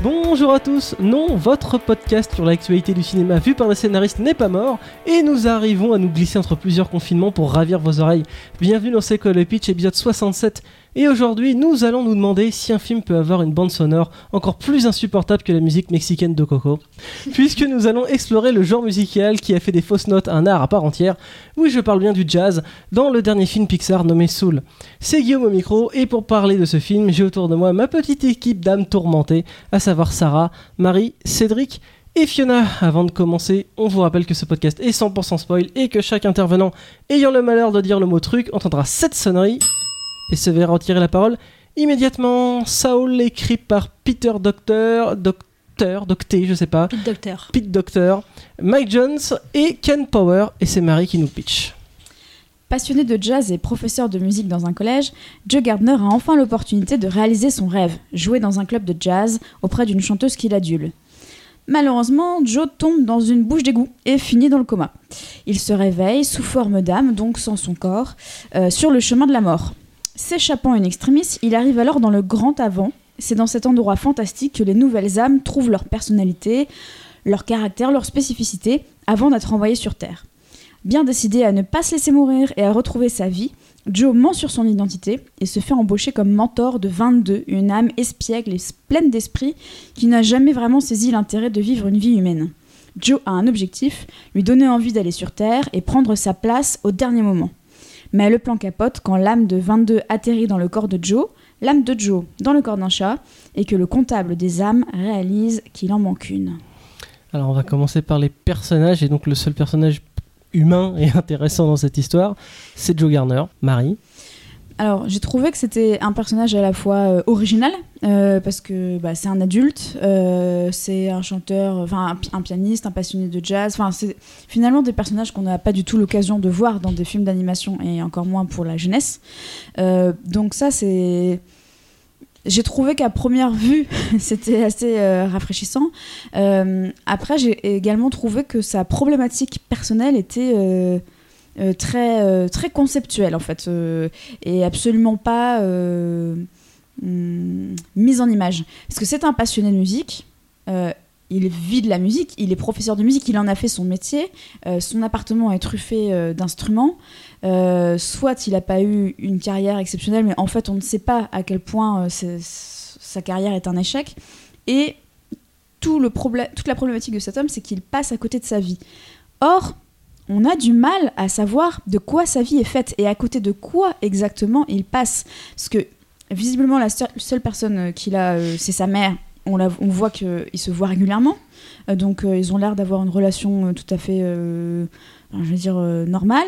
Bonjour à tous, non, votre podcast sur l'actualité du cinéma vu par les scénaristes n'est pas mort et nous arrivons à nous glisser entre plusieurs confinements pour ravir vos oreilles. Bienvenue dans C'est quoi le pitch, épisode 67. Et aujourd'hui, nous allons nous demander si un film peut avoir une bande sonore encore plus insupportable que la musique mexicaine de Coco. Puisque nous allons explorer le genre musical qui a fait des fausses notes un art à part entière. Oui, je parle bien du jazz, dans le dernier film Pixar nommé Soul. C'est Guillaume au micro, et pour parler de ce film, j'ai autour de moi ma petite équipe d'âmes tourmentées, à savoir Sarah, Marie, Cédric et Fiona. Avant de commencer, on vous rappelle que ce podcast est 100% spoil et que chaque intervenant ayant le malheur de dire le mot truc entendra cette sonnerie et se verra retirer la parole immédiatement. Saul, écrit par Peter Docter, je sais pas. Pete Docter, Mike Jones et Ken Power, et c'est Marie qui nous pitch. Passionné de jazz et professeur de musique dans un collège, Joe Gardner a enfin l'opportunité de réaliser son rêve, jouer dans un club de jazz auprès d'une chanteuse qu'il adule. Malheureusement, Joe tombe dans une bouche d'égout et finit dans le coma. Il se réveille sous forme d'âme, donc sans son corps, sur le chemin de la mort. S'échappant in extremis, il arrive alors dans le Grand Avant. C'est dans cet endroit fantastique que les nouvelles âmes trouvent leur personnalité, leur caractère, leur spécificité, avant d'être envoyées sur Terre. Bien décidé à ne pas se laisser mourir et à retrouver sa vie, Joe ment sur son identité et se fait embaucher comme mentor de 22, une âme espiègle et pleine d'esprit qui n'a jamais vraiment saisi l'intérêt de vivre une vie humaine. Joe a un objectif, lui donner envie d'aller sur Terre et prendre sa place au dernier moment. Mais le plan capote quand l'âme de 22 atterrit dans le corps de Joe, l'âme de Joe dans le corps d'un chat, et que le comptable des âmes réalise qu'il en manque une. Alors on va commencer par les personnages, et donc le seul personnage humain et intéressant dans cette histoire, c'est Joe Gardner. Marie? Alors, j'ai trouvé que c'était un personnage à la fois original, parce que c'est un adulte, c'est un chanteur, un pianiste, un passionné de jazz. C'est finalement des personnages qu'on n'a pas du tout l'occasion de voir dans des films d'animation, et encore moins pour la jeunesse. Donc ça, c'est... J'ai trouvé qu'à première vue, c'était assez rafraîchissant. Après, j'ai également trouvé que sa problématique personnelle était... très conceptuel en fait, et absolument pas mise en image, parce que c'est un passionné de musique, il vit de la musique, il est professeur de musique, il en a fait son métier, son appartement est truffé d'instruments, soit il n'a pas eu une carrière exceptionnelle, mais en fait on ne sait pas à quel point sa carrière est un échec, et toute la problématique de cet homme, c'est qu'il passe à côté de sa vie. Or on a du mal à savoir de quoi sa vie est faite et à côté de quoi exactement il passe. Parce que visiblement, la seule personne qu'il a, c'est sa mère. On voit qu'ils se voient régulièrement. Donc ils ont l'air d'avoir une relation tout à fait, normale.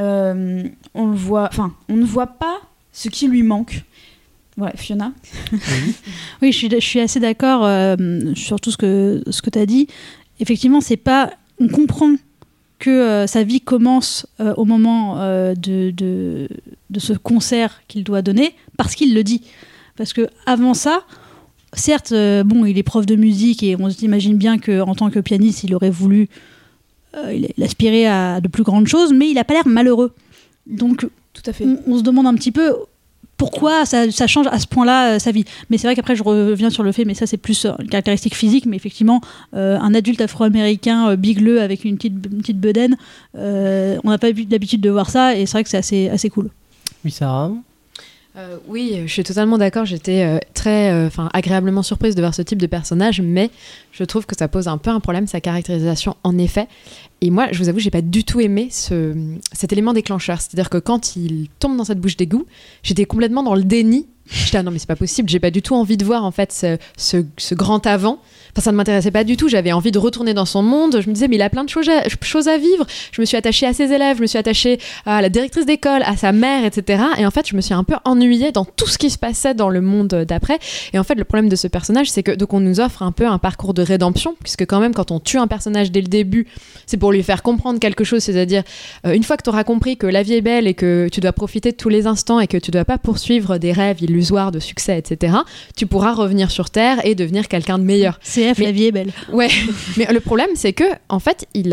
On ne voit pas ce qui lui manque. Ouais, Fiona. Oui, je suis assez d'accord sur tout ce que tu as dit. Effectivement, c'est pas... On comprend que sa vie commence au moment de ce concert qu'il doit donner, parce qu'il le dit. Parce qu'avant ça, certes, il est prof de musique et on s'imagine bien qu'en tant que pianiste, il aurait voulu il aspirer à de plus grandes choses, mais il n'a pas l'air malheureux. Donc, tout à fait. On se demande un petit peu pourquoi ça change à ce point-là sa vie. Mais c'est vrai qu'après je reviens sur le fait, mais ça c'est plus une caractéristique physique, mais effectivement un adulte afro-américain bigleux avec une petite bedaine, on n'a pas l'habitude de voir ça, et c'est vrai que c'est assez cool. Oui, Sarah? Oui, je suis totalement d'accord. J'étais très agréablement surprise de voir ce type de personnage, mais je trouve que ça pose un peu un problème, sa caractérisation en effet. Et moi, je vous avoue, j'ai pas du tout aimé cet élément déclencheur. C'est-à-dire que quand il tombe dans cette bouche d'égout, j'étais complètement dans le déni. J'étais non mais c'est pas possible, j'ai pas du tout envie de voir en fait ce grand avant. Enfin, ça ne m'intéressait pas du tout, j'avais envie de retourner dans son monde. Je me disais mais il a plein de choses à vivre. Je me suis attachée à ses élèves, je me suis attachée à la directrice d'école, à sa mère, etc. Et en fait je me suis un peu ennuyée dans tout ce qui se passait dans le monde d'après. Et en fait le problème de ce personnage, c'est que donc on nous offre un peu un parcours de rédemption, puisque quand même quand on tue un personnage dès le début, c'est pour lui faire comprendre quelque chose, c'est-à-dire une fois que tu auras compris que la vie est belle et que tu dois profiter de tous les instants et que tu dois pas poursuivre des rêves illusoires de succès, etc., tu pourras revenir sur Terre et devenir quelqu'un de meilleur. La vie est belle. Ouais, mais le problème, c'est que en fait, il a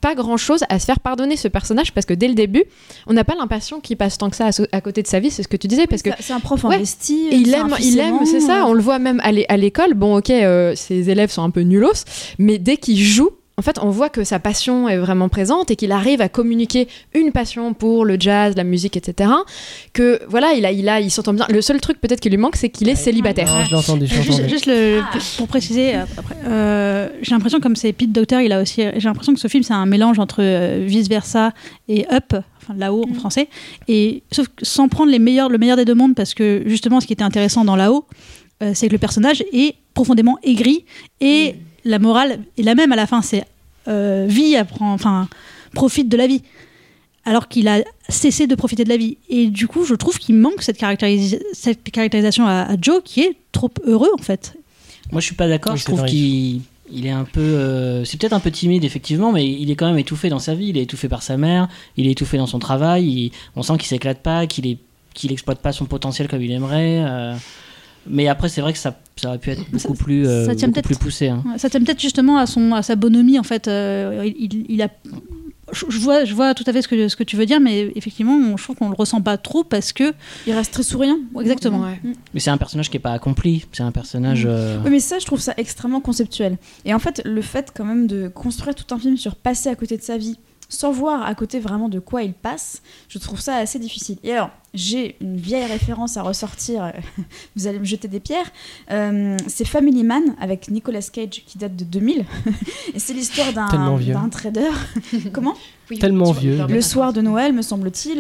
pas grand-chose à se faire pardonner ce personnage, parce que dès le début, on n'a pas l'impression qu'il passe tant que ça à côté de sa vie, c'est ce que tu disais, parce que c'est un prof investi, et il aime, c'est ça, on le voit même à l'école, bon ok, ses élèves sont un peu nulos, mais dès qu'il joue, en fait, on voit que sa passion est vraiment présente et qu'il arrive à communiquer une passion pour le jazz, la musique, etc. Que voilà, il s'entend bien. Le seul truc peut-être qui lui manque, c'est qu'il est célibataire. Non, je l'ai entendu. Juste pour préciser, j'ai l'impression, comme c'est Pete Docter, j'ai l'impression que ce film c'est un mélange entre Vice Versa et Up, enfin là-haut en français, et sauf que sans prendre le meilleur des deux mondes, parce que justement, ce qui était intéressant dans là-haut, c'est que le personnage est profondément aigri et la morale est la même à la fin, c'est profite de la vie, alors qu'il a cessé de profiter de la vie. Et du coup, je trouve qu'il manque cette caractérisation à Joe, qui est trop heureux en fait. Moi, je suis pas d'accord. Je trouve qu'il est un peu, c'est peut-être un peu timide effectivement, mais il est quand même étouffé dans sa vie. Il est étouffé par sa mère, il est étouffé dans son travail. On sent qu'il s'éclate pas, qu'il exploite pas son potentiel comme il aimerait. Mais après, c'est vrai que ça aurait pu être beaucoup plus poussé. Hein. Ça tient peut-être justement à sa bonhomie, en fait. Je vois tout à fait ce que tu veux dire, mais effectivement, je trouve qu'on le ressent pas trop parce que... Il reste très souriant. Exactement. Ouais. Mais c'est un personnage qui est pas accompli. C'est un personnage... Oui, mais ça, je trouve ça extrêmement conceptuel. Et en fait, le fait quand même de construire tout un film sur passer à côté de sa vie, sans voir à côté vraiment de quoi il passe, je trouve ça assez difficile. Et alors, j'ai une vieille référence à ressortir, vous allez me jeter des pierres, c'est Family Man avec Nicolas Cage qui date de 2000, et c'est l'histoire d'un trader. Comment ? Oui, tellement vieux. Le soir de Noël, me semble-t-il,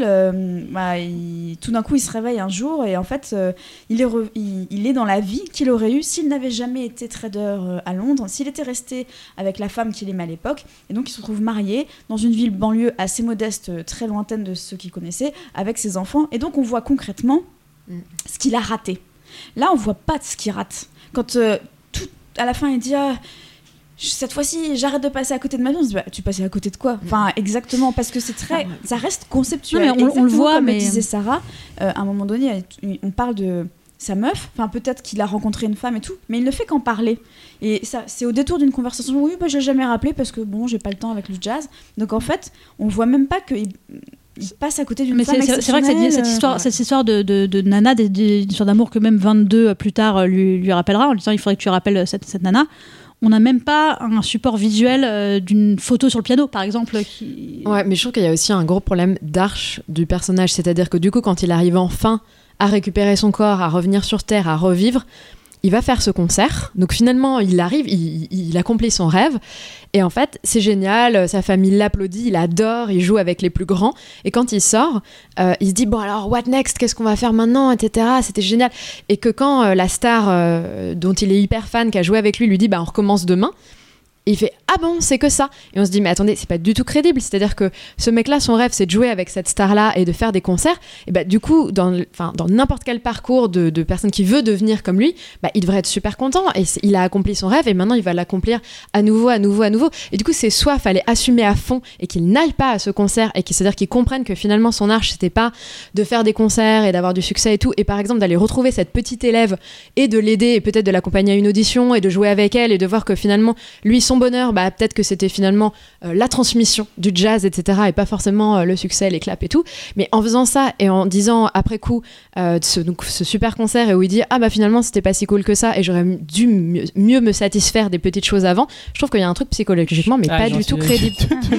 tout d'un coup il se réveille un jour et en fait il est dans la vie qu'il aurait eue s'il n'avait jamais été trader à Londres, s'il était resté avec la femme qu'il aimait à l'époque, et donc il se retrouve marié dans une ville banlieue assez modeste, très lointaine de ceux qu'il connaissait, avec ses enfants, et donc on voit concrètement ce qu'il a raté. Là on voit pas ce qu'il rate. Quand à la fin il dit cette fois-ci, j'arrête de passer à côté de ma vie. On se dit, tu passais à côté de quoi ? Enfin, exactement, parce que c'est très, ça reste conceptuel. Non, mais on le voit, comme mais disait Sarah, à un moment donné, on parle de sa meuf. Enfin, peut-être qu'il a rencontré une femme et tout, mais il ne fait qu'en parler. Et ça, c'est au détour d'une conversation. Oui, je l'ai jamais rappelé parce que bon, j'ai pas le temps avec le jazz. Donc en fait, on voit même pas qu'il passe à côté d'une femme exceptionnelle. C'est vrai que cette histoire de nana, d'une histoire d'amour que même 22 plus tard lui rappellera, en lui disant il faudrait que tu rappelles cette nana. On n'a même pas un support visuel d'une photo sur le piano, par exemple. Ouais, mais je trouve qu'il y a aussi un gros problème d'arche du personnage. C'est-à-dire que du coup, quand il arrive enfin à récupérer son corps, à revenir sur Terre, à revivre, il va faire ce concert. Donc finalement, il arrive, il accomplit son rêve. Et en fait, c'est génial, sa famille l'applaudit, il adore, il joue avec les plus grands. Et quand il sort, il se dit, bon alors, what next ? Qu'est-ce qu'on va faire maintenant ? Etc. C'était génial. Et que quand la star dont il est hyper fan, qui a joué avec lui dit, on recommence demain, et il fait ah bon, c'est que ça. Et on se dit mais attendez, c'est pas du tout crédible. C'est-à-dire que ce mec-là, son rêve, c'est de jouer avec cette star-là et de faire des concerts. Et du coup, dans n'importe quel parcours de personne qui veut devenir comme lui, il devrait être super content. Et il a accompli son rêve et maintenant il va l'accomplir à nouveau. Et du coup, c'est soit fallait assumer à fond et qu'il n'aille pas à ce concert, et c'est-à-dire qu'il comprenne que finalement son arche, c'était pas de faire des concerts et d'avoir du succès et tout, et par exemple d'aller retrouver cette petite élève et de l'aider et peut-être de l'accompagner à une audition et de jouer avec elle et de voir que finalement lui, son bonheur, peut-être que c'était finalement la transmission du jazz, etc., et pas forcément le succès, les claps et tout. Mais en faisant ça et en disant après coup ce super concert, et où il dit finalement c'était pas si cool que ça et j'aurais dû mieux me satisfaire des petites choses avant, je trouve qu'il y a un truc psychologiquement mais pas du tout crédible.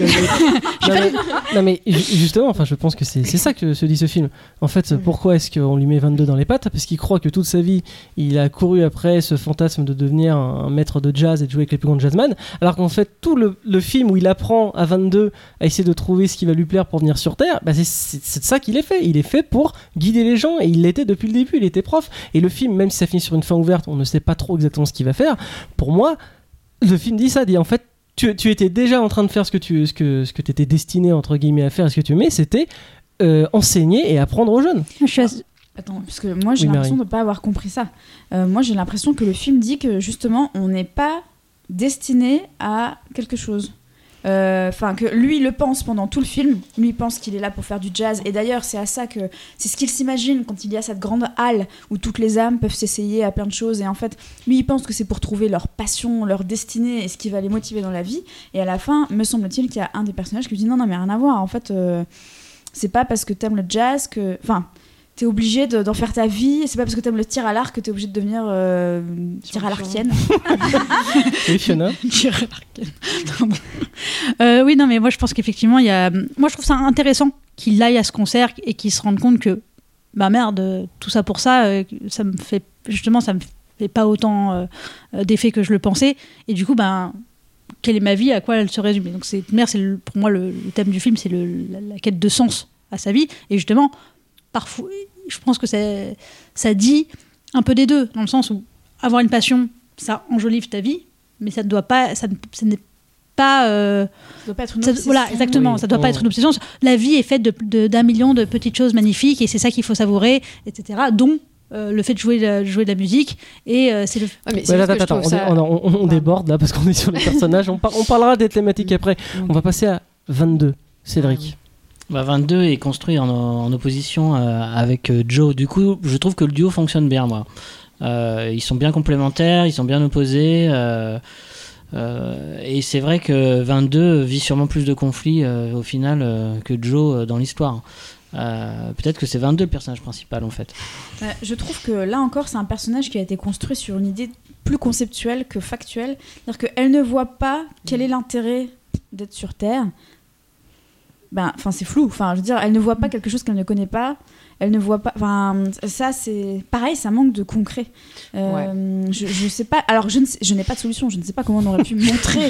Non mais justement, je pense que c'est ça que se dit ce film. En fait, pourquoi est-ce qu'on lui met 22 dans les pattes ? Parce qu'il croit que toute sa vie il a couru après ce fantasme de devenir un maître de jazz et de jouer avec les plus grands jazzmen, alors qu'en fait tout le film où il apprend à 22 à essayer de trouver ce qui va lui plaire pour venir sur Terre, c'est de ça qu'il est fait. Il est fait pour guider les gens, et il l'était depuis le début, il était prof. Et le film, même si ça finit sur une fin ouverte, on ne sait pas trop exactement ce qu'il va faire. Pour moi, le film dit ça, dit en fait tu étais déjà en train de faire ce que tu étais destiné entre guillemets à faire, et ce que tu aimais, c'était enseigner et apprendre aux jeunes. Attends, parce que moi j'ai l'impression de ne pas avoir compris ça. Moi j'ai l'impression que le film dit que justement on n'est pas destiné à quelque chose. Enfin, que lui le pense pendant tout le film. Lui il pense qu'il est là pour faire du jazz. Et d'ailleurs, c'est ce qu'il s'imagine quand il y a cette grande halle où toutes les âmes peuvent s'essayer à plein de choses. Et en fait, lui, il pense que c'est pour trouver leur passion, leur destinée et ce qui va les motiver dans la vie. Et à la fin, me semble-t-il qu'il y a un des personnages qui lui dit non, mais rien à voir. En fait, c'est pas parce que t'aimes le jazz que... Enfin, t'es obligé d'en faire ta vie. Et c'est pas parce que t'aimes le tir à l'arc que t'es obligé de devenir tir à l'arquienne. Oui, Fiona. Tir à l'arquienne. Oui, non, mais moi je pense qu'effectivement, il y a... Moi je trouve ça intéressant qu'il aille à ce concert et qu'il se rende compte que, bah merde, tout ça pour ça, ça me fait pas autant d'effet que je le pensais. Et du coup, ben... quelle est ma vie, à quoi elle se résume. Donc pour moi le thème du film, c'est la quête de sens à sa vie. Et justement, parfois, je pense que ça dit un peu des deux, dans le sens où avoir une passion, ça enjolive ta vie, mais ça ne doit pas, ça n'est pas, ça doit pas être une obsession. Voilà, exactement, oui. Ça doit pas être une obsession. La vie est faite d'un million de petites choses magnifiques, et c'est ça qu'il faut savourer, etc. Dont le fait de jouer de la musique, et c'est le... Attends, on déborde là parce qu'on est sur les personnages. On parlera des thématiques après. On va passer à 22, Cédric. 22 est construit en opposition avec Joe. Du coup, je trouve que le duo fonctionne bien, moi. Ils sont bien complémentaires, ils sont bien opposés. Et c'est vrai que 22 vit sûrement plus de conflits au final que Joe dans l'histoire. Peut-être que c'est 22 le personnage principal en fait. Je trouve que là encore c'est un personnage qui a été construit sur une idée plus conceptuelle que factuelle. C'est-à-dire qu'elle ne voit pas quel est l'intérêt d'être sur Terre. Enfin, c'est flou. Enfin, je veux dire, elle ne voit pas quelque chose qu'elle ne connaît pas. Elle ne voit pas. Enfin, ça, c'est pareil, ça manque de concret. Je sais pas. Alors, je n'ai pas de solution. Je ne sais pas comment on aurait pu montrer.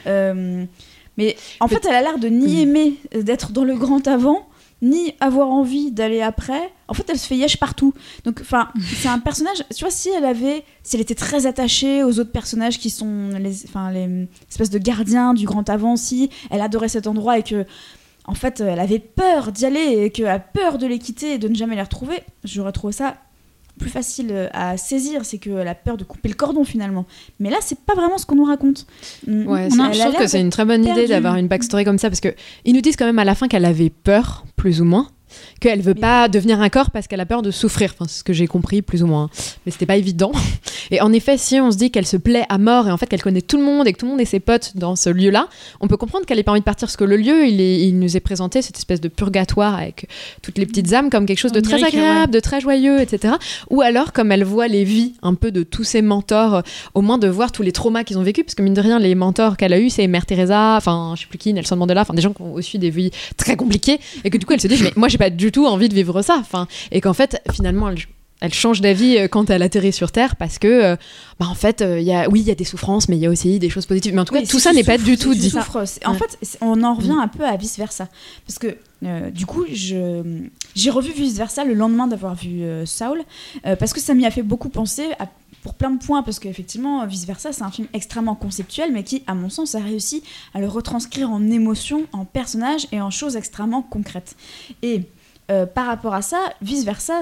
Mais en fait, elle a l'air de ni aimer d'être dans le grand avant, ni avoir envie d'aller après. En fait, elle se fait yèche partout. Donc, enfin, c'est un personnage. Tu vois, si elle était très attachée aux autres personnages qui sont les espèces de gardiens du grand avant, si elle adorait cet endroit et que en fait, elle avait peur d'y aller et qu'elle a peur de les quitter et de ne jamais les retrouver, j'aurais trouvé ça plus facile à saisir. C'est qu'elle a peur de couper le cordon finalement. Mais là, c'est pas vraiment ce qu'on nous raconte. Ouais, je trouve que c'est une très bonne idée d'avoir une backstory comme ça, parce qu'ils nous disent quand même à la fin qu'elle avait peur, plus ou moins. Qu'elle veut pas devenir un corps parce qu'elle a peur de souffrir. Enfin, c'est ce que j'ai compris, plus ou moins. Mais c'était pas évident. Et en effet, si on se dit qu'elle se plaît à mort et en fait qu'elle connaît tout le monde et que tout le monde est ses potes dans ce lieu-là, on peut comprendre qu'elle ait pas envie de partir, parce que le lieu, il nous est présenté cette espèce de purgatoire avec toutes les petites âmes comme quelque chose de très agréable, de très joyeux, etc. Ou alors, comme elle voit les vies un peu de tous ses mentors, au moins de voir tous les traumas qu'ils ont vécu, parce que mine de rien, les mentors qu'elle a eus, c'est Mère Teresa, enfin, je sais plus qui, Nelson Mandela, enfin, des gens qui ont aussi des vies très compliquées, et que du coup, elle se dit, mais moi, j'ai pas du tout envie de vivre ça, enfin, et qu'en fait finalement elle change d'avis quand elle atterrit sur Terre, parce que en fait il y a des souffrances, mais il y a aussi des choses positives, mais en tout cas tout ça n'est pas du tout dit. En fait on en revient un peu à Vice Versa, parce que du coup j'ai revu Vice Versa le lendemain d'avoir vu Saul, parce que ça m'y a fait beaucoup penser pour plein de points, parce qu'effectivement Vice Versa c'est un film extrêmement conceptuel, mais qui à mon sens a réussi à le retranscrire en émotion, en personnages et en choses extrêmement concrètes. Et par rapport à ça, Vice Versa,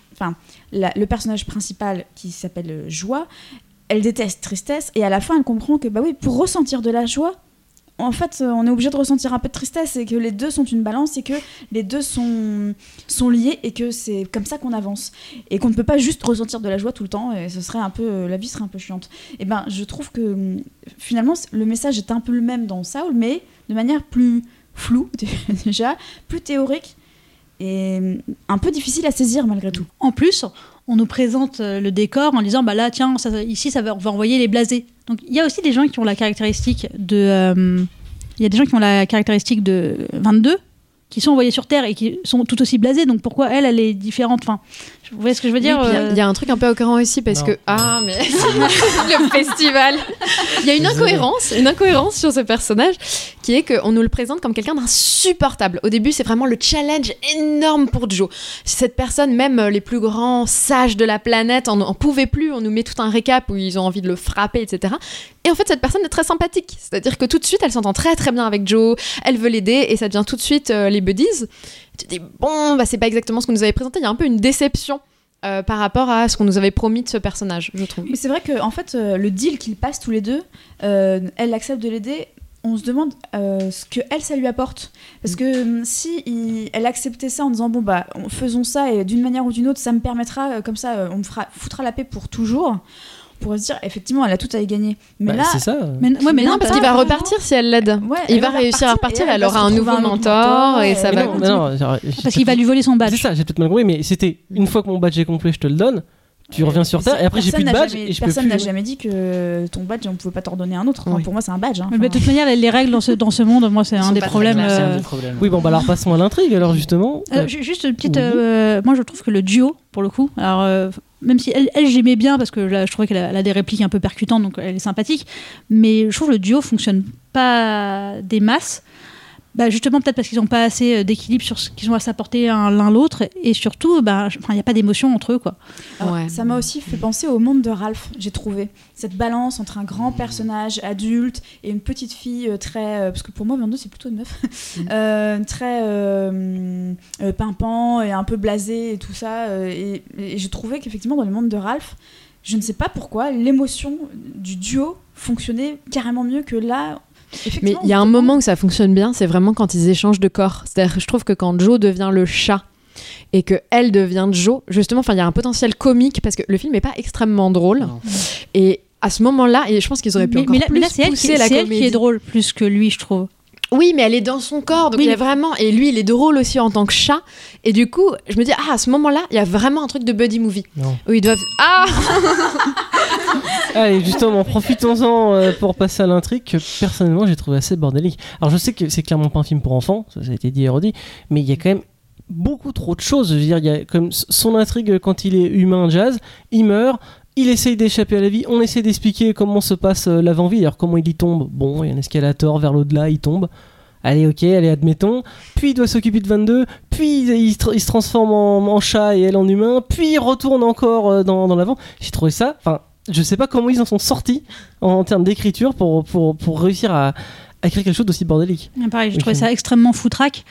le personnage principal qui s'appelle Joie, elle déteste tristesse, et à la fin elle comprend que pour ressentir de la joie, en fait on est obligé de ressentir un peu de tristesse, et que les deux sont une balance, et que les deux sont liés, et que c'est comme ça qu'on avance, et qu'on ne peut pas juste ressentir de la joie tout le temps, et la vie serait un peu chiante. Et je trouve que finalement le message est un peu le même dans Saul, mais de manière plus floue déjà, plus théorique, et un peu difficile à saisir malgré tout. En plus, on nous présente le décor en disant là tiens, ici on va envoyer les blasés. Donc il y a aussi des gens qui ont la caractéristique de 22 qui sont envoyés sur Terre et qui sont tout aussi blasés, donc pourquoi elle est différente, enfin, vous voyez ce que je veux dire? Il y a un truc un peu occurrent ici, parce que mais le festival, il y a une incohérence sur ce personnage, qui est qu'on nous le présente comme quelqu'un d'insupportable. Au début, c'est vraiment le challenge énorme pour Joe. Cette personne, même les plus grands sages de la planète en pouvaient plus. On nous met tout un récap où ils ont envie de le frapper, etc. Et en fait, cette personne est très sympathique. C'est-à-dire que tout de suite, elle s'entend très très bien avec Joe, elle veut l'aider, et ça devient tout de suite les buddies. Tu te dis, c'est pas exactement ce qu'on nous avait présenté. Il y a un peu une déception par rapport à ce qu'on nous avait promis de ce personnage, je trouve. Mais c'est vrai que en fait, le deal qu'ils passent tous les deux, elle accepte de l'aider. on se demande ce que elle, ça lui apporte. Parce que si elle acceptait ça en disant bon bah faisons ça et d'une manière ou d'une autre ça me permettra comme ça on me foutra la paix pour toujours. On pourrait se dire effectivement elle a tout à y gagner. Mais là c'est ça. Mais non parce qu'il va repartir si elle l'aide. Ouais, il va réussir à repartir, elle aura un nouveau mentor et ça va. Parce qu'il va lui voler son badge. C'est ça, j'ai peut-être mal compris, mais c'était une fois que mon badge est complet, je te le donne. Tu reviens sur Terre et après j'ai plus de badge. Personne n'a jamais dit que ton badge on pouvait pas t'en donner un autre. Enfin, pour moi c'est un badge. Mais de toute manière les règles dans ce monde, moi c'est un des problèmes. Oui bon bah alors passons à l'intrigue alors justement. Juste une petite. Moi je trouve que le duo pour le coup. Alors même si elle j'aimais bien parce que là je trouvais qu'elle a des répliques un peu percutantes donc elle est sympathique. Mais je trouve que le duo fonctionne pas des masses. Bah justement peut-être parce qu'ils n'ont pas assez d'équilibre sur ce qu'ils ont à s'apporter l'un l'autre et surtout il n'y a pas d'émotion entre eux quoi. Alors, ça m'a aussi fait penser au monde de Ralph, j'ai trouvé cette balance entre un grand personnage adulte et une petite fille très parce que pour moi Vando c'est plutôt une meuf très pimpant et un peu blasé et tout ça et je trouvais qu'effectivement dans le monde de Ralph je ne sais pas pourquoi l'émotion du duo fonctionnait carrément mieux que là. Mais il y a un moment où ça fonctionne bien, c'est vraiment quand ils échangent de corps. C'est-à-dire que je trouve que quand Joe devient le chat et que elle devient Joe, justement, il y a un potentiel comique parce que le film n'est pas extrêmement drôle. Non. Et à ce moment-là, et je pense qu'ils auraient pu encore plus pousser la comédie. C'est elle qui est drôle plus que lui, je trouve. Oui, mais elle est dans son corps, donc il est vraiment... Et lui, il est drôle aussi en tant que chat. Et du coup, je me dis, à ce moment-là, il y a vraiment un truc de buddy movie. Non. Où ils doivent... Allez, justement, profitons-en pour passer à l'intrigue que, personnellement, j'ai trouvé assez bordélique. Alors, je sais que c'est clairement pas un film pour enfants, ça a été dit et redit, mais il y a quand même beaucoup trop de choses. Je veux dire, il y a comme son intrigue quand il est humain Jazz, il meurt... Il essaye d'échapper à la vie, on essaie d'expliquer comment se passe l'avant-vie, alors comment il y tombe, bon, il y a un escalator vers l'au-delà, il tombe, allez ok, allez admettons, puis il doit s'occuper de 22, puis il se transforme en chat et elle en humain, puis il retourne encore dans l'avant, j'ai trouvé ça, enfin, je sais pas comment ils en sont sortis en termes d'écriture pour réussir à écrire quelque chose d'aussi bordélique. Pareil, j'ai trouvé ça extrêmement foutraque,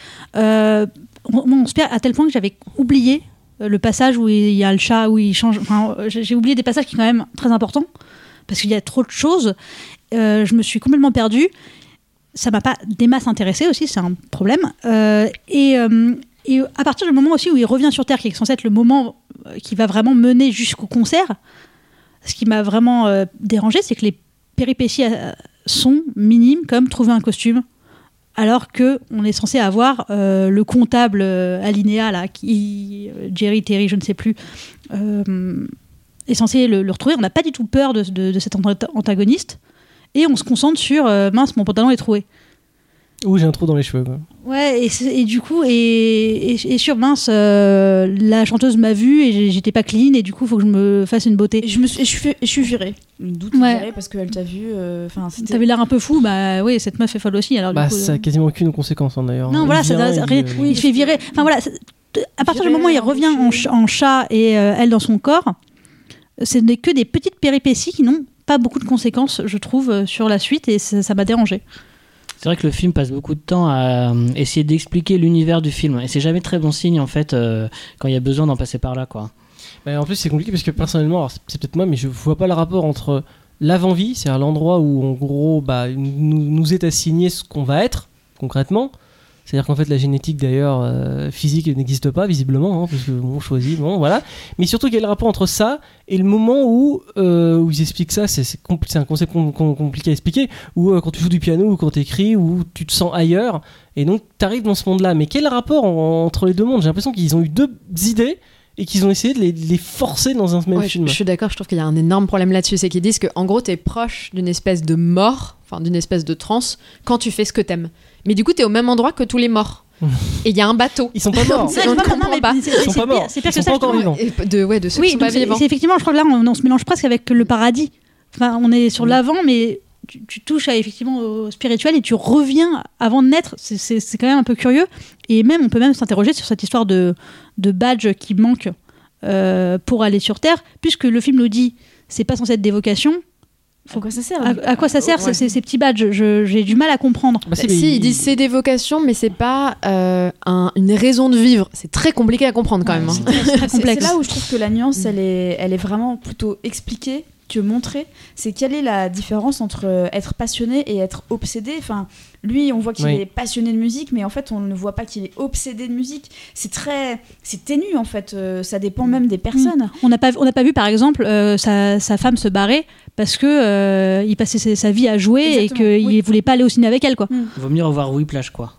on se perd à tel point que j'avais oublié le passage où il y a le chat, où il change. Enfin, j'ai oublié des passages qui sont quand même très importants parce qu'il y a trop de choses. Je me suis complètement perdue. Ça m'a pas des masses intéressée aussi, c'est un problème. Et à partir du moment aussi où il revient sur Terre, qui est censé être le moment qui va vraiment mener jusqu'au concert, ce qui m'a vraiment dérangée, c'est que les péripéties sont minimes, comme trouver un costume. Alors qu'on est censé avoir le comptable alinéa, là, Jerry, Terry, je ne sais plus, est censé le retrouver. On n'a pas du tout peur de cet antagoniste. Et on se concentre sur mince, mon pantalon est troué. Ouh, j'ai un trou dans les cheveux. Quoi. Ouais, et du coup, et sur mince, la chanteuse m'a vue et j'étais pas clean, et du coup, il faut que je me fasse une beauté. Je suis virée. Doute virée parce qu'elle t'a vu. T'avais l'air un peu fou, bah oui, cette meuf est folle aussi. Alors, ça a quasiment aucune conséquence d'ailleurs. Non, voilà, il se fait virer. Enfin voilà, à partir du moment où il revient en chat et elle dans son corps, ce n'est que des petites péripéties qui n'ont pas beaucoup de conséquences, je trouve, sur la suite, et ça m'a dérangée. C'est vrai que le film passe beaucoup de temps à essayer d'expliquer l'univers du film. Et c'est jamais très bon signe, en fait, quand il y a besoin d'en passer par là, quoi. En plus, c'est compliqué parce que personnellement, alors c'est peut-être moi, mais je vois pas le rapport entre l'avant-vie, c'est-à-dire l'endroit où, en gros, nous est assigné ce qu'on va être, concrètement. C'est-à-dire qu'en fait, la génétique, d'ailleurs, physique n'existe pas, visiblement, parce que on choisit, bon, voilà. Mais surtout, il y a le rapport entre ça et le moment où ils expliquent ça, c'est un concept compliqué à expliquer, où quand tu joues du piano ou quand tu écris, où tu te sens ailleurs, et donc tu arrives dans ce monde-là. Mais quel rapport entre les deux mondes ? J'ai l'impression qu'ils ont eu deux idées et qu'ils ont essayé de les forcer dans un même film. Je suis d'accord, je trouve qu'il y a un énorme problème là-dessus, c'est qu'ils disent qu'en gros, t'es proche d'une espèce de mort, enfin d'une espèce de transe, quand tu fais ce que t'aimes. Mais du coup, t'es au même endroit que tous les morts. Et il y a un bateau. Ils sont pas morts. On ne comprend pas. Ils sont pas morts. Ils sont pas encore vivants. De ceux qui sont pas vivants. C'est effectivement, je crois que là, on se mélange presque avec le paradis. Enfin, on est sur l'avant, mais tu touches effectivement au spirituel et tu reviens avant de naître. C'est quand même un peu curieux. Et même, on peut même s'interroger sur cette histoire de badge qui manque pour aller sur Terre, puisque le film nous dit, c'est pas censé être des vocations. À quoi ça sert À quoi ça sert ces petits badges j'ai du mal à comprendre. Si, ils disent c'est des vocations, mais c'est pas une raison de vivre. C'est très compliqué à comprendre quand même. C'est très complexe. C'est là où je trouve que la nuance, elle est vraiment plutôt expliquée te montrer, c'est quelle est la différence entre être passionné et être obsédé. Enfin, lui, on voit qu'il est passionné de musique, mais en fait, on ne voit pas qu'il est obsédé de musique. C'est ténu, en fait. Ça dépend même des personnes. On n'a pas vu, par exemple, sa femme se barrer parce que il passait sa vie à jouer. Exactement. Et qu'il voulait pas aller au ciné avec elle, quoi. Vaut mieux revoir Whiplash, quoi.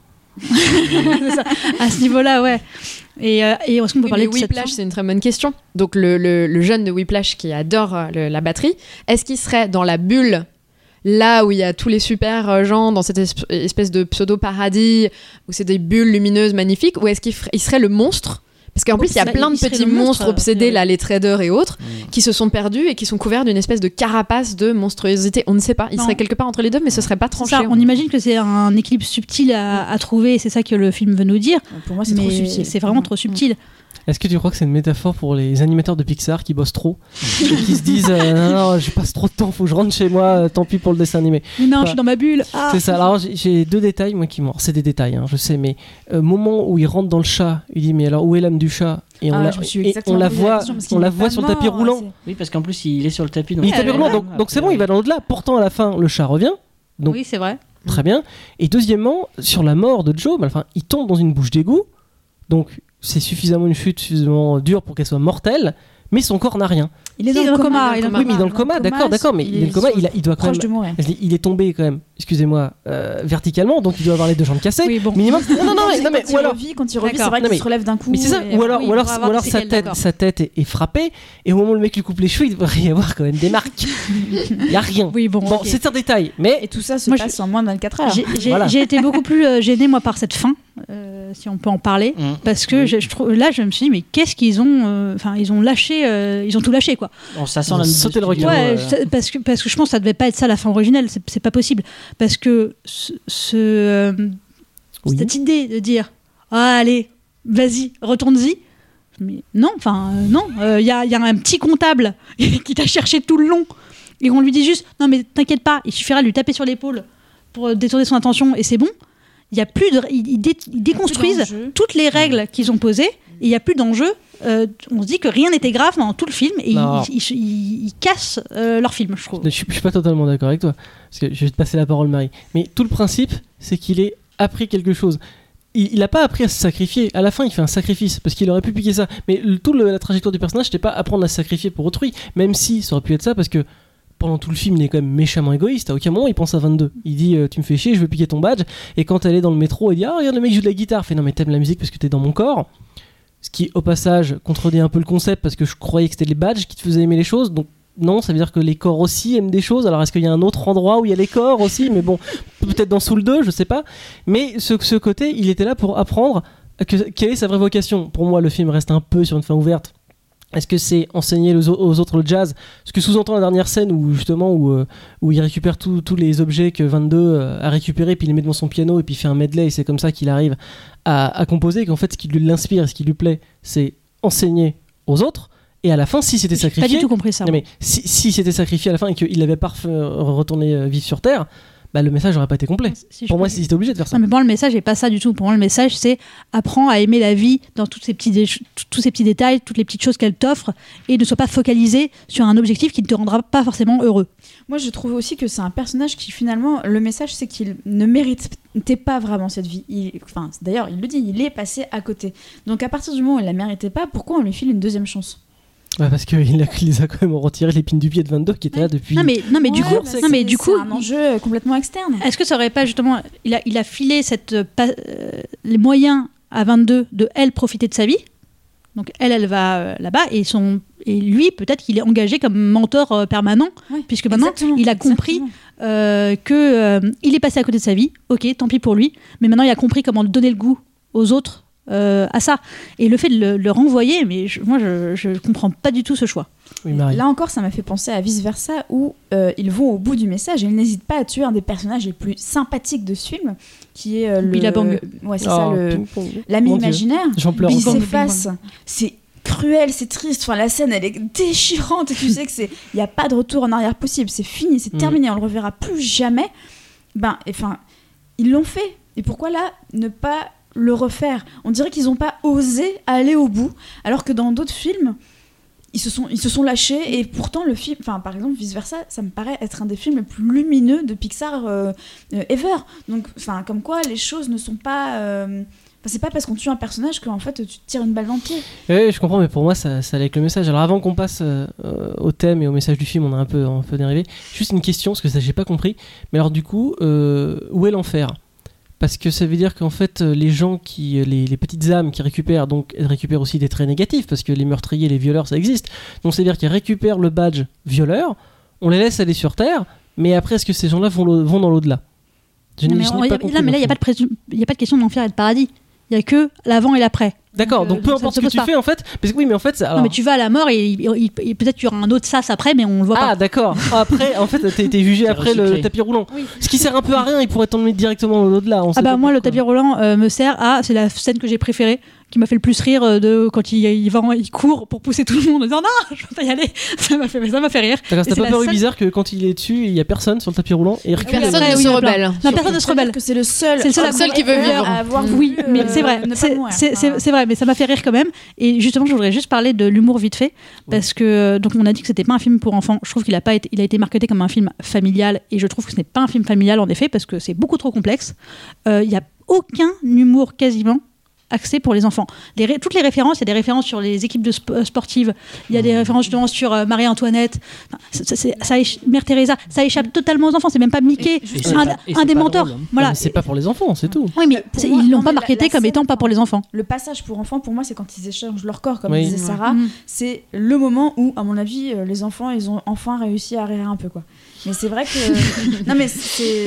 Ça. À ce niveau-là, ouais. Et est-ce qu'on peut parler de Whiplash, c'est une très bonne question. Donc le jeune de Whiplash qui adore la batterie, est-ce qu'il serait dans la bulle là où il y a tous les super gens dans cette espèce de pseudo-paradis où c'est des bulles lumineuses magnifiques, ou est-ce qu'il serait le monstre? Parce qu'en plus, il y a plein de petits monstres obsédés, là, les traders et autres, qui se sont perdus et qui sont couverts d'une espèce de carapace de monstruosité. On ne sait pas. Il serait quelque part entre les deux, mais ce serait pas tranché. On imagine que c'est un équilibre subtil à trouver, et c'est ça que le film veut nous dire. Pour moi, c'est trop subtil. C'est vraiment trop subtil. Est-ce que tu crois que c'est une métaphore pour les animateurs de Pixar qui bossent trop et qui se disent non, je passe trop de temps, faut que je rentre chez moi, tant pis pour le dessin animé. Mais non, je suis dans ma bulle. C'est ça. Alors j'ai 2 détails moi qui m'ont. C'est des détails, je sais, mais moment où il rentre dans le chat, il dit mais alors où est l'âme du chat? Et on la voit sur le tapis roulant. Oui, parce qu'en plus il est sur le tapis. Donc, tapis roulant, donc c'est bon, il va dans au-delà. Pourtant à la fin, le chat revient. Donc, oui, c'est vrai. Très bien. Et deuxièmement, sur la mort de Joe, il tombe dans une bouche d'égout. Donc c'est suffisamment une chute suffisamment dure pour qu'elle soit mortelle, mais son corps n'a rien. Il est dans le coma. Oui, mais dans le coma, d'accord, mais il est dans le coma, il doit quand même. Il est tombé quand même, excusez-moi, verticalement, donc il doit avoir les 2 jambes cassées. Oui, bon. Minimum. Non, mais ou alors quand il revit, c'est vrai qu'il se relève d'un coup. Mais c'est ça. Ou alors sa tête est frappée, et au moment où le mec lui coupe les cheveux, il devrait y avoir quand même des marques. Il y a rien. Oui, bon, c'est un détail, mais et tout ça se passe en moins de 24 heures. J'ai été beaucoup plus gênée moi par cette fin. Si on peut en parler, parce que je me suis dit mais qu'est-ce qu'ils ont ils ont lâché, ils ont tout lâché, quoi. Bon, ça sent sauter le requin. Ouais, parce que je pense que ça devait pas être ça la fin originelle, c'est pas possible, parce que cette idée de dire allez vas-y retourne-y, mais non, il y a un petit comptable qui t'a cherché tout le long et on lui dit juste non mais t'inquiète pas, il suffira de lui taper sur l'épaule pour détourner son attention et c'est bon. Il y a plus de, ils déconstruisent toutes les règles qu'ils ont posées et il n'y a plus d'enjeu. On se dit que rien n'était grave dans tout le film et ils cassent leur film, je trouve. Je suis pas totalement d'accord avec toi, parce que je vais te passer la parole, Marie. Mais tout le principe, c'est qu'il ait appris quelque chose. Il n'a pas appris à se sacrifier. À la fin, il fait un sacrifice parce qu'il aurait pu piquer ça. Mais la trajectoire du personnage, c'était pas apprendre à se sacrifier pour autrui, même si ça aurait pu être ça, parce que pendant tout le film, il est quand même méchamment égoïste. À aucun moment, il pense à 22. Il dit tu me fais chier, je veux piquer ton badge. Et quand elle est dans le métro, il dit regarde, le mec joue de la guitare. Fait non, mais t'aimes la musique parce que t'es dans mon corps. Ce qui, au passage, contredit un peu le concept parce que je croyais que c'était les badges qui te faisaient aimer les choses. Donc, non, ça veut dire que les corps aussi aiment des choses. Alors, est-ce qu'il y a un autre endroit où il y a les corps aussi? Mais bon, peut-être dans Soul 2, je sais pas. Mais ce côté, il était là pour apprendre quelle est sa vraie vocation. Pour moi, le film reste un peu sur une fin ouverte. Est-ce que c'est enseigner aux autres le jazz? Ce que sous-entend la dernière scène où il récupère tous les objets que 22 a récupérés, puis il les met devant son piano et puis il fait un medley, et c'est comme ça qu'il arrive à composer, qu'en fait ce qui l'inspire et ce qui lui plaît, c'est enseigner aux autres. Et à la fin, si c'était sacrifié... J'ai pas du tout compris ça. Non, mais si c'était sacrifié à la fin et qu'il n'avait pas retourné vivre sur Terre, le message n'aurait pas été complet. Pour moi, c'était obligé de faire ça. Non, mais bon, le message n'est pas ça du tout. Pour moi, le message, c'est apprends à aimer la vie dans tous ces petits détails, toutes les petites choses qu'elle t'offre, et ne sois pas focalisé sur un objectif qui ne te rendra pas forcément heureux. Moi, je trouve aussi que c'est un personnage qui, finalement, le message, c'est qu'il ne méritait pas vraiment cette vie. D'ailleurs, il le dit, il est passé à côté. Donc, à partir du moment où il ne la méritait pas, pourquoi on lui file une deuxième chance? Ouais, parce qu'il les a quand même retiré l'épine du pied de 22 qui était là depuis. Non mais du coup, c'est un enjeu complètement externe. Est-ce que ça aurait pas justement, il a filé les moyens à 22 de elle profiter de sa vie. Donc elle va là-bas et lui peut-être qu'il est engagé comme mentor permanent, puisque maintenant il a compris que il est passé à côté de sa vie. Ok, tant pis pour lui, mais maintenant il a compris comment donner le goût aux autres. À ça, et le fait de le renvoyer, mais moi je comprends pas du tout ce choix. Oui, Marie. Là encore, ça m'a fait penser à Vice Versa, où ils vont au bout du message et ils n'hésitent pas à tuer un des personnages les plus sympathiques de ce film, qui est Billabong. Ouais, c'est ça, l'ami imaginaire. J'en pleure. Il s'efface. C'est cruel, c'est triste. Enfin, la scène, elle est déchirante et tu sais que il y a pas de retour en arrière possible. C'est fini, c'est terminé. On le reverra plus jamais. Ils l'ont fait. Et pourquoi là ne pas le refaire? On dirait qu'ils n'ont pas osé aller au bout, alors que dans d'autres films, ils se sont lâchés, et pourtant le film, enfin par exemple Vice Versa, ça me paraît être un des films les plus lumineux de Pixar ever. Donc enfin comme quoi les choses ne sont pas c'est pas parce qu'on tue un personnage qu'en fait tu te tires une balle dans le pied. Oui, je comprends, mais pour moi ça allait avec le message. Alors avant qu'on passe au thème et au message du film, on a un peu dérivé. Juste une question, parce que ça j'ai pas compris. Mais alors du coup, où est l'enfer ? Parce que ça veut dire qu'en fait les gens les petites âmes qui récupèrent, donc elles récupèrent aussi des traits négatifs, parce que les meurtriers, les violeurs, ça existe. Donc c'est à dire qu'ils récupèrent le badge violeur, on les laisse aller sur Terre, mais après est-ce que ces gens-là vont dans l'au-delà ? Mais là il n'y a pas de question d'enfer et de paradis. Il n'y a que l'avant et l'après. D'accord, donc peu importe ce que tu fais en fait. Parce que oui, mais en fait. Alors... Non, mais tu vas à la mort et peut-être qu'il y aura un autre sas après, mais on le voit pas. Ah, d'accord. Après, en fait, t'as été jugé après le tapis roulant. Oui. Ce qui sert un peu à rien, il pourrait t'emmener directement au-delà. Moi, le tapis roulant me sert à. C'est la scène que j'ai préférée, qui m'a fait le plus rire quand il court pour pousser tout le monde en disant non, je veux pas y aller. Ça m'a fait rire. D'accord, c'était pas paru bizarre que quand il est dessus, il y a personne sur le tapis roulant et personne ne se rebelle. Non, personne ne se rebelle. C'est le seul qui veut vivre. Oui, mais c'est vrai. C'est vrai, mais ça m'a fait rire quand même. Et justement, je voudrais juste parler de l'humour vite fait, parce que donc on a dit que c'était pas un film pour enfants. Je trouve qu'il a été marketé comme un film familial, et je trouve que ce n'est pas un film familial en effet, parce que c'est beaucoup trop complexe. Il y a aucun humour quasiment axé pour les enfants. Toutes les références, il y a des références sur les équipes sportives, il y a des références justement sur Marie-Antoinette, Mère Teresa, ça échappe totalement aux enfants, c'est même pas Mickey, un des mentors. Drôle, hein. Voilà. Mais c'est pas pour les enfants, c'est tout. Oui, mais ils l'ont pas marketé comme étant pas pour les enfants. Le passage pour enfants, pour moi, c'est quand ils échangent leur corps, comme disait Sarah. C'est le moment où, à mon avis, les enfants, ils ont enfin réussi à rire un peu, quoi. Mais c'est vrai que non mais c'est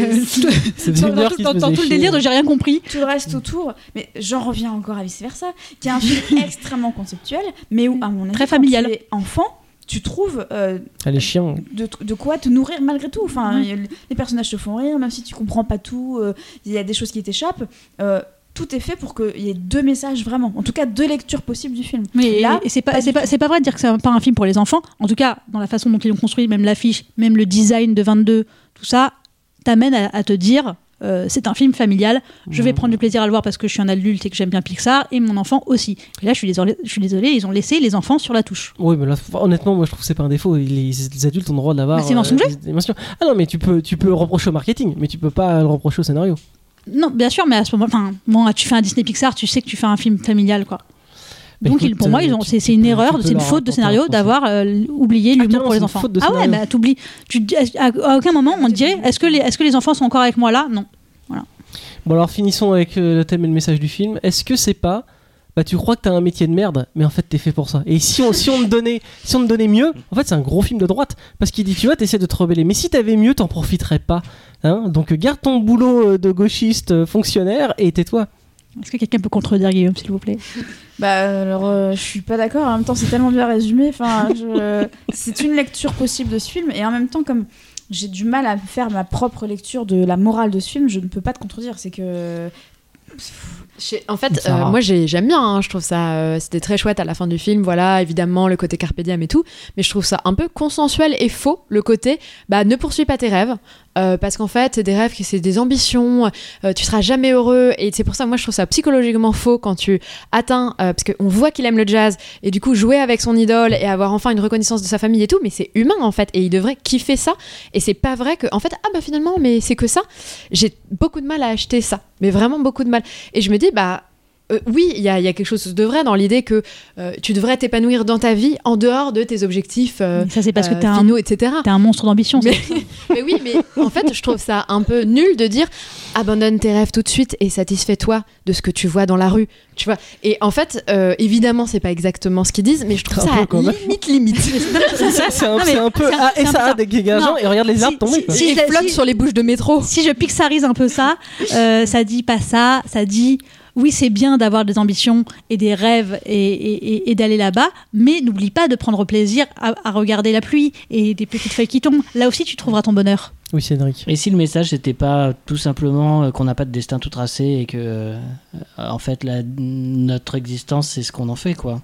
dans tout le délire de j'ai rien compris, tout le reste autour, mais j'en reviens encore à Vice Versa, qui est un film extrêmement conceptuel, mais où à mon avis très familial, quand tu es enfant, tu trouves les chiens de quoi te nourrir malgré tout. Enfin, les personnages te font rire, même si tu comprends pas tout, il y a des choses qui t'échappent. Tout est fait pour qu'il y ait deux messages vraiment, en tout cas deux lectures possibles du film. Mais là, c'est pas vrai de dire que c'est pas un film pour les enfants. En tout cas, dans la façon dont ils l'ont construit, même l'affiche, même le design de 22, tout ça t'amène à te dire c'est un film familial. Je vais prendre du plaisir à le voir parce que je suis un adulte et que j'aime bien Pixar, et mon enfant aussi. Et là, je suis désolée, ils ont laissé les enfants sur la touche. Oui, mais là, honnêtement, moi, je trouve que c'est pas un défaut. Les adultes ont le droit d'avoir. C'est mensonger. Ah non, mais tu peux le reprocher au marketing, mais tu peux pas le reprocher au scénario. Non, bien sûr, mais à ce moment, tu fais un Disney Pixar, tu sais que tu fais un film familial, quoi. Donc écoute, pour moi, c'est une erreur, c'est une faute de scénario d'avoir oublié l'humour pour les enfants. Ah ouais, bah t'oublies. À aucun moment on te dirait est-ce que les enfants sont encore avec moi là ? Non. Voilà. Bon alors finissons avec le thème et le message du film. Est-ce que c'est pas tu crois que t'as un métier de merde, mais en fait t'es fait pour ça. Et si on te donnait mieux, en fait c'est un gros film de droite, parce qu'il dit tu vois t'essaies de te rebeller, mais si t'avais mieux t'en profiterais pas. Hein, donc garde ton boulot de gauchiste fonctionnaire et tais-toi. Est-ce que quelqu'un peut contredire Guillaume, s'il vous plaît ? Alors, je suis pas d'accord. En même temps, c'est tellement bien résumé. Enfin, c'est une lecture possible de ce film, et en même temps, comme j'ai du mal à faire ma propre lecture de la morale de ce film, je ne peux pas te contredire. C'est que en fait, moi j'aime bien, hein, je trouve ça c'était très chouette à la fin du film, voilà, évidemment le côté carpe diem et tout, mais je trouve ça un peu consensuel et faux, le côté ne poursuis pas tes rêves, parce qu'en fait des rêves c'est des ambitions, tu seras jamais heureux, et c'est pour ça moi je trouve ça psychologiquement faux quand tu atteins, parce qu'on voit qu'il aime le jazz, et du coup jouer avec son idole et avoir enfin une reconnaissance de sa famille et tout, mais c'est humain en fait, et il devrait kiffer ça, et c'est pas vrai que en fait finalement mais c'est que ça, j'ai beaucoup de mal à acheter ça, mais vraiment beaucoup de mal, et je me dis oui, il y a quelque chose de vrai dans l'idée que tu devrais t'épanouir dans ta vie en dehors de tes objectifs ça c'est parce que etc. T'es un monstre d'ambition. Mais oui, mais en fait je trouve ça un peu nul de dire abandonne tes rêves tout de suite et satisfais-toi de ce que tu vois dans la rue, tu vois. Et en fait évidemment c'est pas exactement ce qu'ils disent, mais je trouve ça limite. c'est un peu et ça a des dégageants et regarde les arbres tomber. Si ils flottent sur les bouches de métro. Si je pixarise un peu ça, ça dit pas ça, ça dit oui, c'est bien d'avoir des ambitions et des rêves et d'aller là-bas, mais n'oublie pas de prendre plaisir à regarder la pluie et des petites feuilles qui tombent. Là aussi, tu trouveras ton bonheur. Oui, Cédric. Et si le message, c'était pas tout simplement qu'on n'a pas de destin tout tracé et que, en fait, notre existence, c'est ce qu'on en fait, quoi.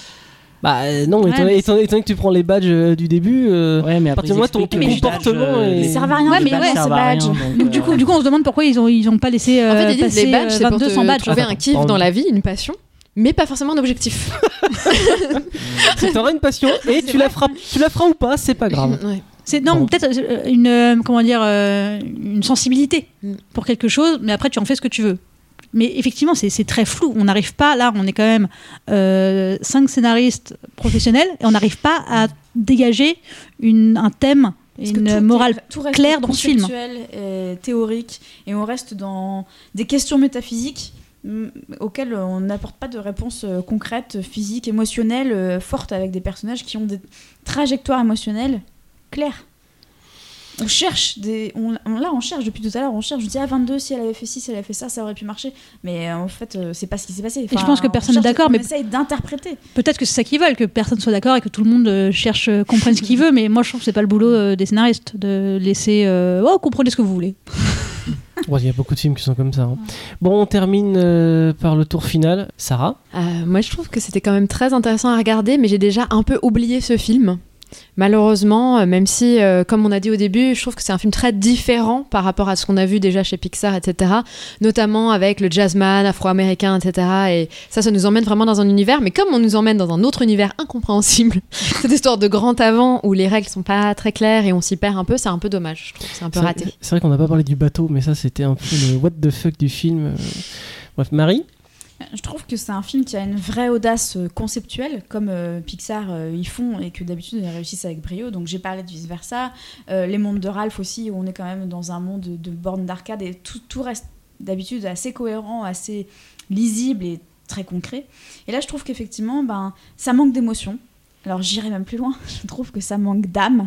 Non, étant donné que tu prends les badges du début, mais à partir de moi ton comportement ils servent à rien, ces badges. Donc du coup on se demande pourquoi ils ont pas laissé en fait, ils disent les badges, c'est pour 22 sans badge. trouver un kiff dans la vie, une passion. mais pas forcément un objectif. Si t'auras une passion et tu la feras ou pas, c'est pas grave. Ouais. Peut-être une sensibilité pour quelque chose, mais après tu en fais ce que tu veux. Mais effectivement, c'est très flou. On n'arrive pas, là, on est quand même 5 scénaristes professionnels et on n'arrive pas à dégager un thème, une morale claire dans ce film. Tout reste conceptuel, théorique, et on reste dans des questions métaphysiques auxquelles on n'apporte pas de réponse concrète, physique, émotionnelle, forte, avec des personnages qui ont des trajectoires émotionnelles claires. On cherche on cherche depuis tout à l'heure, je dis 22, si elle avait fait ci, si elle avait fait ça, ça aurait pu marcher, mais en fait c'est pas ce qui s'est passé. Et je pense que personne n'est d'accord, mais on essaye d'interpréter. Peut-être que c'est ça qu'ils veulent, que personne soit d'accord et que tout le monde comprenne ce qu'il veut, mais moi je trouve que c'est pas le boulot des scénaristes de laisser comprenez ce que vous voulez. Il y a beaucoup de films qui sont comme ça. Bon, on termine par le tour final. Sarah ? Moi je trouve que c'était quand même très intéressant à regarder, mais j'ai déjà un peu oublié ce film. Malheureusement, même si, comme on a dit au début, je trouve que c'est un film très différent par rapport à ce qu'on a vu déjà chez Pixar, etc. Notamment avec le jazzman afro-américain, etc. Et ça nous emmène vraiment dans un univers. Mais comme on nous emmène dans un autre univers incompréhensible, cette histoire de grand avant où les règles sont pas très claires et on s'y perd un peu, c'est un peu dommage. Je trouve que c'est un peu raté. C'est vrai qu'on n'a pas parlé du bateau, mais ça, c'était un peu le what the fuck du film. Bref, Marie ? Je trouve que c'est un film qui a une vraie audace conceptuelle, comme Pixar ils font, et que d'habitude ils réussissent avec brio. Donc j'ai parlé de Vice Versa, les mondes de Ralph aussi, où on est quand même dans un monde de bornes d'arcade, et tout reste d'habitude assez cohérent, assez lisible et très concret. Et là je trouve qu'effectivement ça manque d'émotion. Alors j'irai même plus loin, je trouve que ça manque d'âme.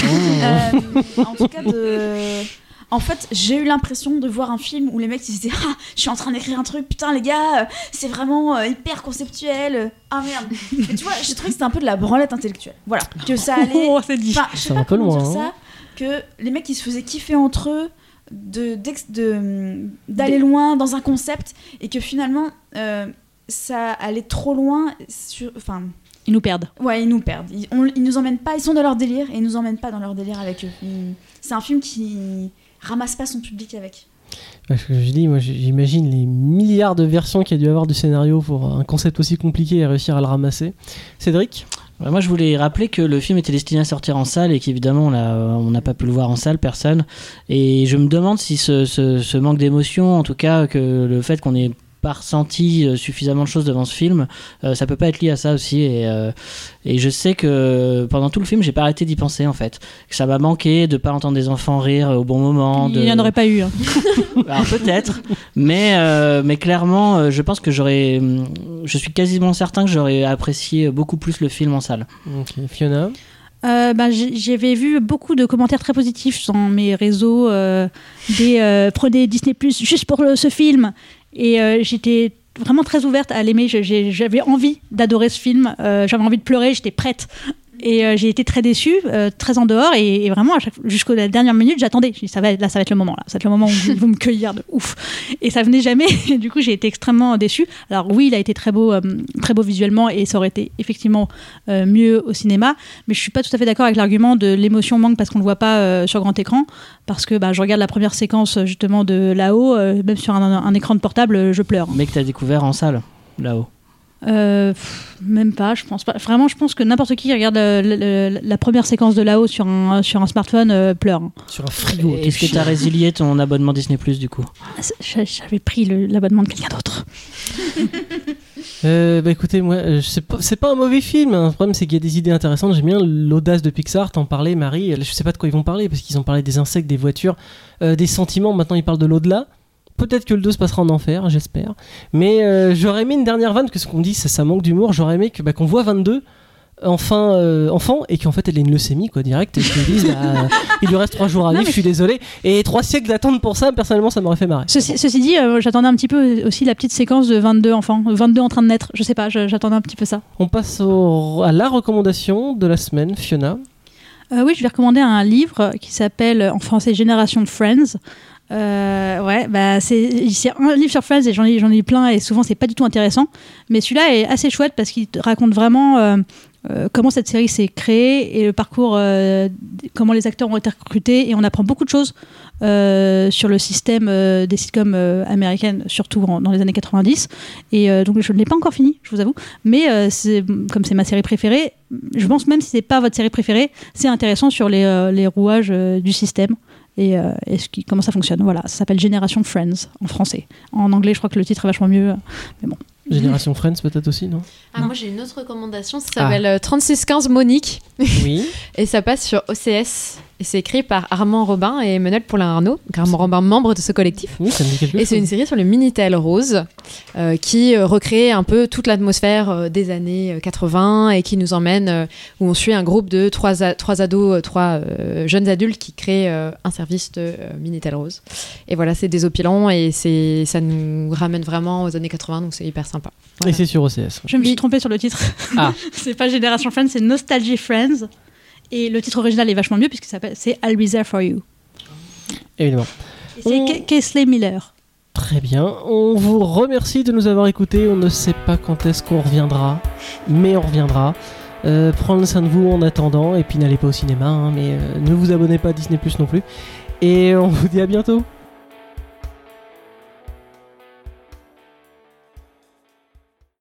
En tout cas En fait, j'ai eu l'impression de voir un film où les mecs ils disaient « Ah, je suis en train d'écrire un truc, putain les gars, c'est vraiment hyper conceptuel. Ah merde !» Et tu vois, j'ai trouvé que c'était un peu de la branlette intellectuelle. Voilà, que ça allait... c'est dit. Je sais pas comment dire ça, que les mecs ils se faisaient kiffer entre eux, d'aller loin dans un concept, et que finalement, ça allait trop loin ils nous perdent. Ouais, ils nous perdent. Ils nous emmènent pas, ils sont dans leur délire, et ils nous emmènent pas dans leur délire avec eux. C'est un film qui ramasse pas son public avec. Parce que je dis, moi j'imagine les milliards de versions qu'il y a dû avoir du scénario pour un concept aussi compliqué et réussir à le ramasser. Cédric ? Moi je voulais rappeler que le film était destiné à sortir en salle et qu'évidemment on n'a pas pu le voir en salle, personne. Et je me demande si ce manque d'émotion, en tout cas que le fait qu'on ait pas ressenti suffisamment de choses devant ce film, ça peut pas être lié à ça aussi, et je sais que pendant tout le film j'ai pas arrêté d'y penser en fait, que ça m'a manqué de pas entendre des enfants rire au bon moment. Il y en aurait pas eu Alors peut-être, mais clairement je pense que je suis quasiment certain que j'aurais apprécié beaucoup plus le film en salle. Ok, Fiona ? J'avais vu beaucoup de commentaires très positifs sur mes réseaux, prenez Disney+ juste pour ce film, et j'étais vraiment très ouverte à l'aimer. J'avais envie d'adorer ce film, j'avais envie de pleurer, j'étais prête. Et j'ai été très déçue, très en dehors, et vraiment jusqu'à la dernière minute j'attendais. Je dis, ça va être le moment là, ça va être le moment où ils vont me cueillir de ouf. Et ça venait jamais, et du coup j'ai été extrêmement déçue. Alors oui, il a été très beau visuellement, et ça aurait été effectivement mieux au cinéma, mais je suis pas tout à fait d'accord avec l'argument de l'émotion manque parce qu'on le voit pas sur grand écran, parce que je regarde la première séquence justement de là-haut, même sur un écran de portable, je pleure. Mais que t'as découvert en salle, là-haut. Même pas, je pense pas. Vraiment, je pense que n'importe qui regarde la première séquence de là-haut sur un smartphone pleure. Sur un frigo. Est-ce que tu as résilié ton abonnement Disney+ du coup ? J'avais pris l'abonnement de quelqu'un d'autre. Écoutez, moi, c'est pas un mauvais film. Le problème, c'est qu'il y a des idées intéressantes. J'aime bien l'audace de Pixar. T'en parlais, Marie. Je sais pas de quoi ils vont parler, parce qu'ils ont parlé des insectes, des voitures, des sentiments. Maintenant, ils parlent de l'au-delà. Peut-être que le 2 se passera en enfer, j'espère. Mais j'aurais aimé une dernière vanne, parce que ce qu'on dit, ça manque d'humour. J'aurais aimé qu'on voit 22 enfant, et qu'en fait elle ait une leucémie direct, et qu'ils disent il lui reste 3 jours à vivre, je suis désolé. Et 3 siècles d'attente pour ça, personnellement, ça m'aurait fait marrer. Ceci dit, j'attendais un petit peu aussi la petite séquence de 22 enfants, 22 en train de naître. Je sais pas, j'attendais un petit peu ça. On passe à la recommandation de la semaine, Fiona. Oui, je vais recommander un livre qui s'appelle en français Génération de Friends. C'est un livre sur Friends, et j'en ai plein, et souvent c'est pas du tout intéressant, mais celui-là est assez chouette parce qu'il raconte vraiment comment cette série s'est créée et le parcours, comment les acteurs ont été recrutés, et on apprend beaucoup de choses sur le système des sitcoms américaines, surtout dans les années 90. Et donc je ne l'ai pas encore fini, je vous avoue, mais comme c'est ma série préférée, je pense même si c'est pas votre série préférée, c'est intéressant sur les rouages du système. Et comment ça fonctionne. Voilà, ça s'appelle Génération Friends en français. En anglais, je crois que le titre est vachement mieux, mais bon. Génération Friends peut-être aussi, non? Moi j'ai une autre recommandation, ça s'appelle 3615 Monique. Oui. Et ça passe sur OCS. Et c'est écrit par Armand Robin et Menel Poulain-Arnaud. Armand Robin, membre de ce collectif. Oui, ça me dit quelque chose. Et c'est une série sur le Minitel Rose qui recrée un peu toute l'atmosphère des années 80 et qui nous emmène où on suit un groupe de trois jeunes adultes qui créent un service de Minitel Rose. Et voilà, c'est désopilant et ça nous ramène vraiment aux années 80, donc c'est hyper sympa. Voilà. Et c'est sur OCS. Je me suis trompée sur le titre. Ah. C'est pas Génération Friends, c'est Nostalgie Friends. Et le titre original est vachement mieux puisque c'est I'll Be There For You. Évidemment. Et c'est Kesley Miller. Très bien. On vous remercie de nous avoir écoutés. On ne sait pas quand est-ce qu'on reviendra, mais on reviendra. Prenez soin de vous en attendant. Et puis n'allez pas au cinéma, mais ne vous abonnez pas à Disney+ non plus. Et on vous dit à bientôt.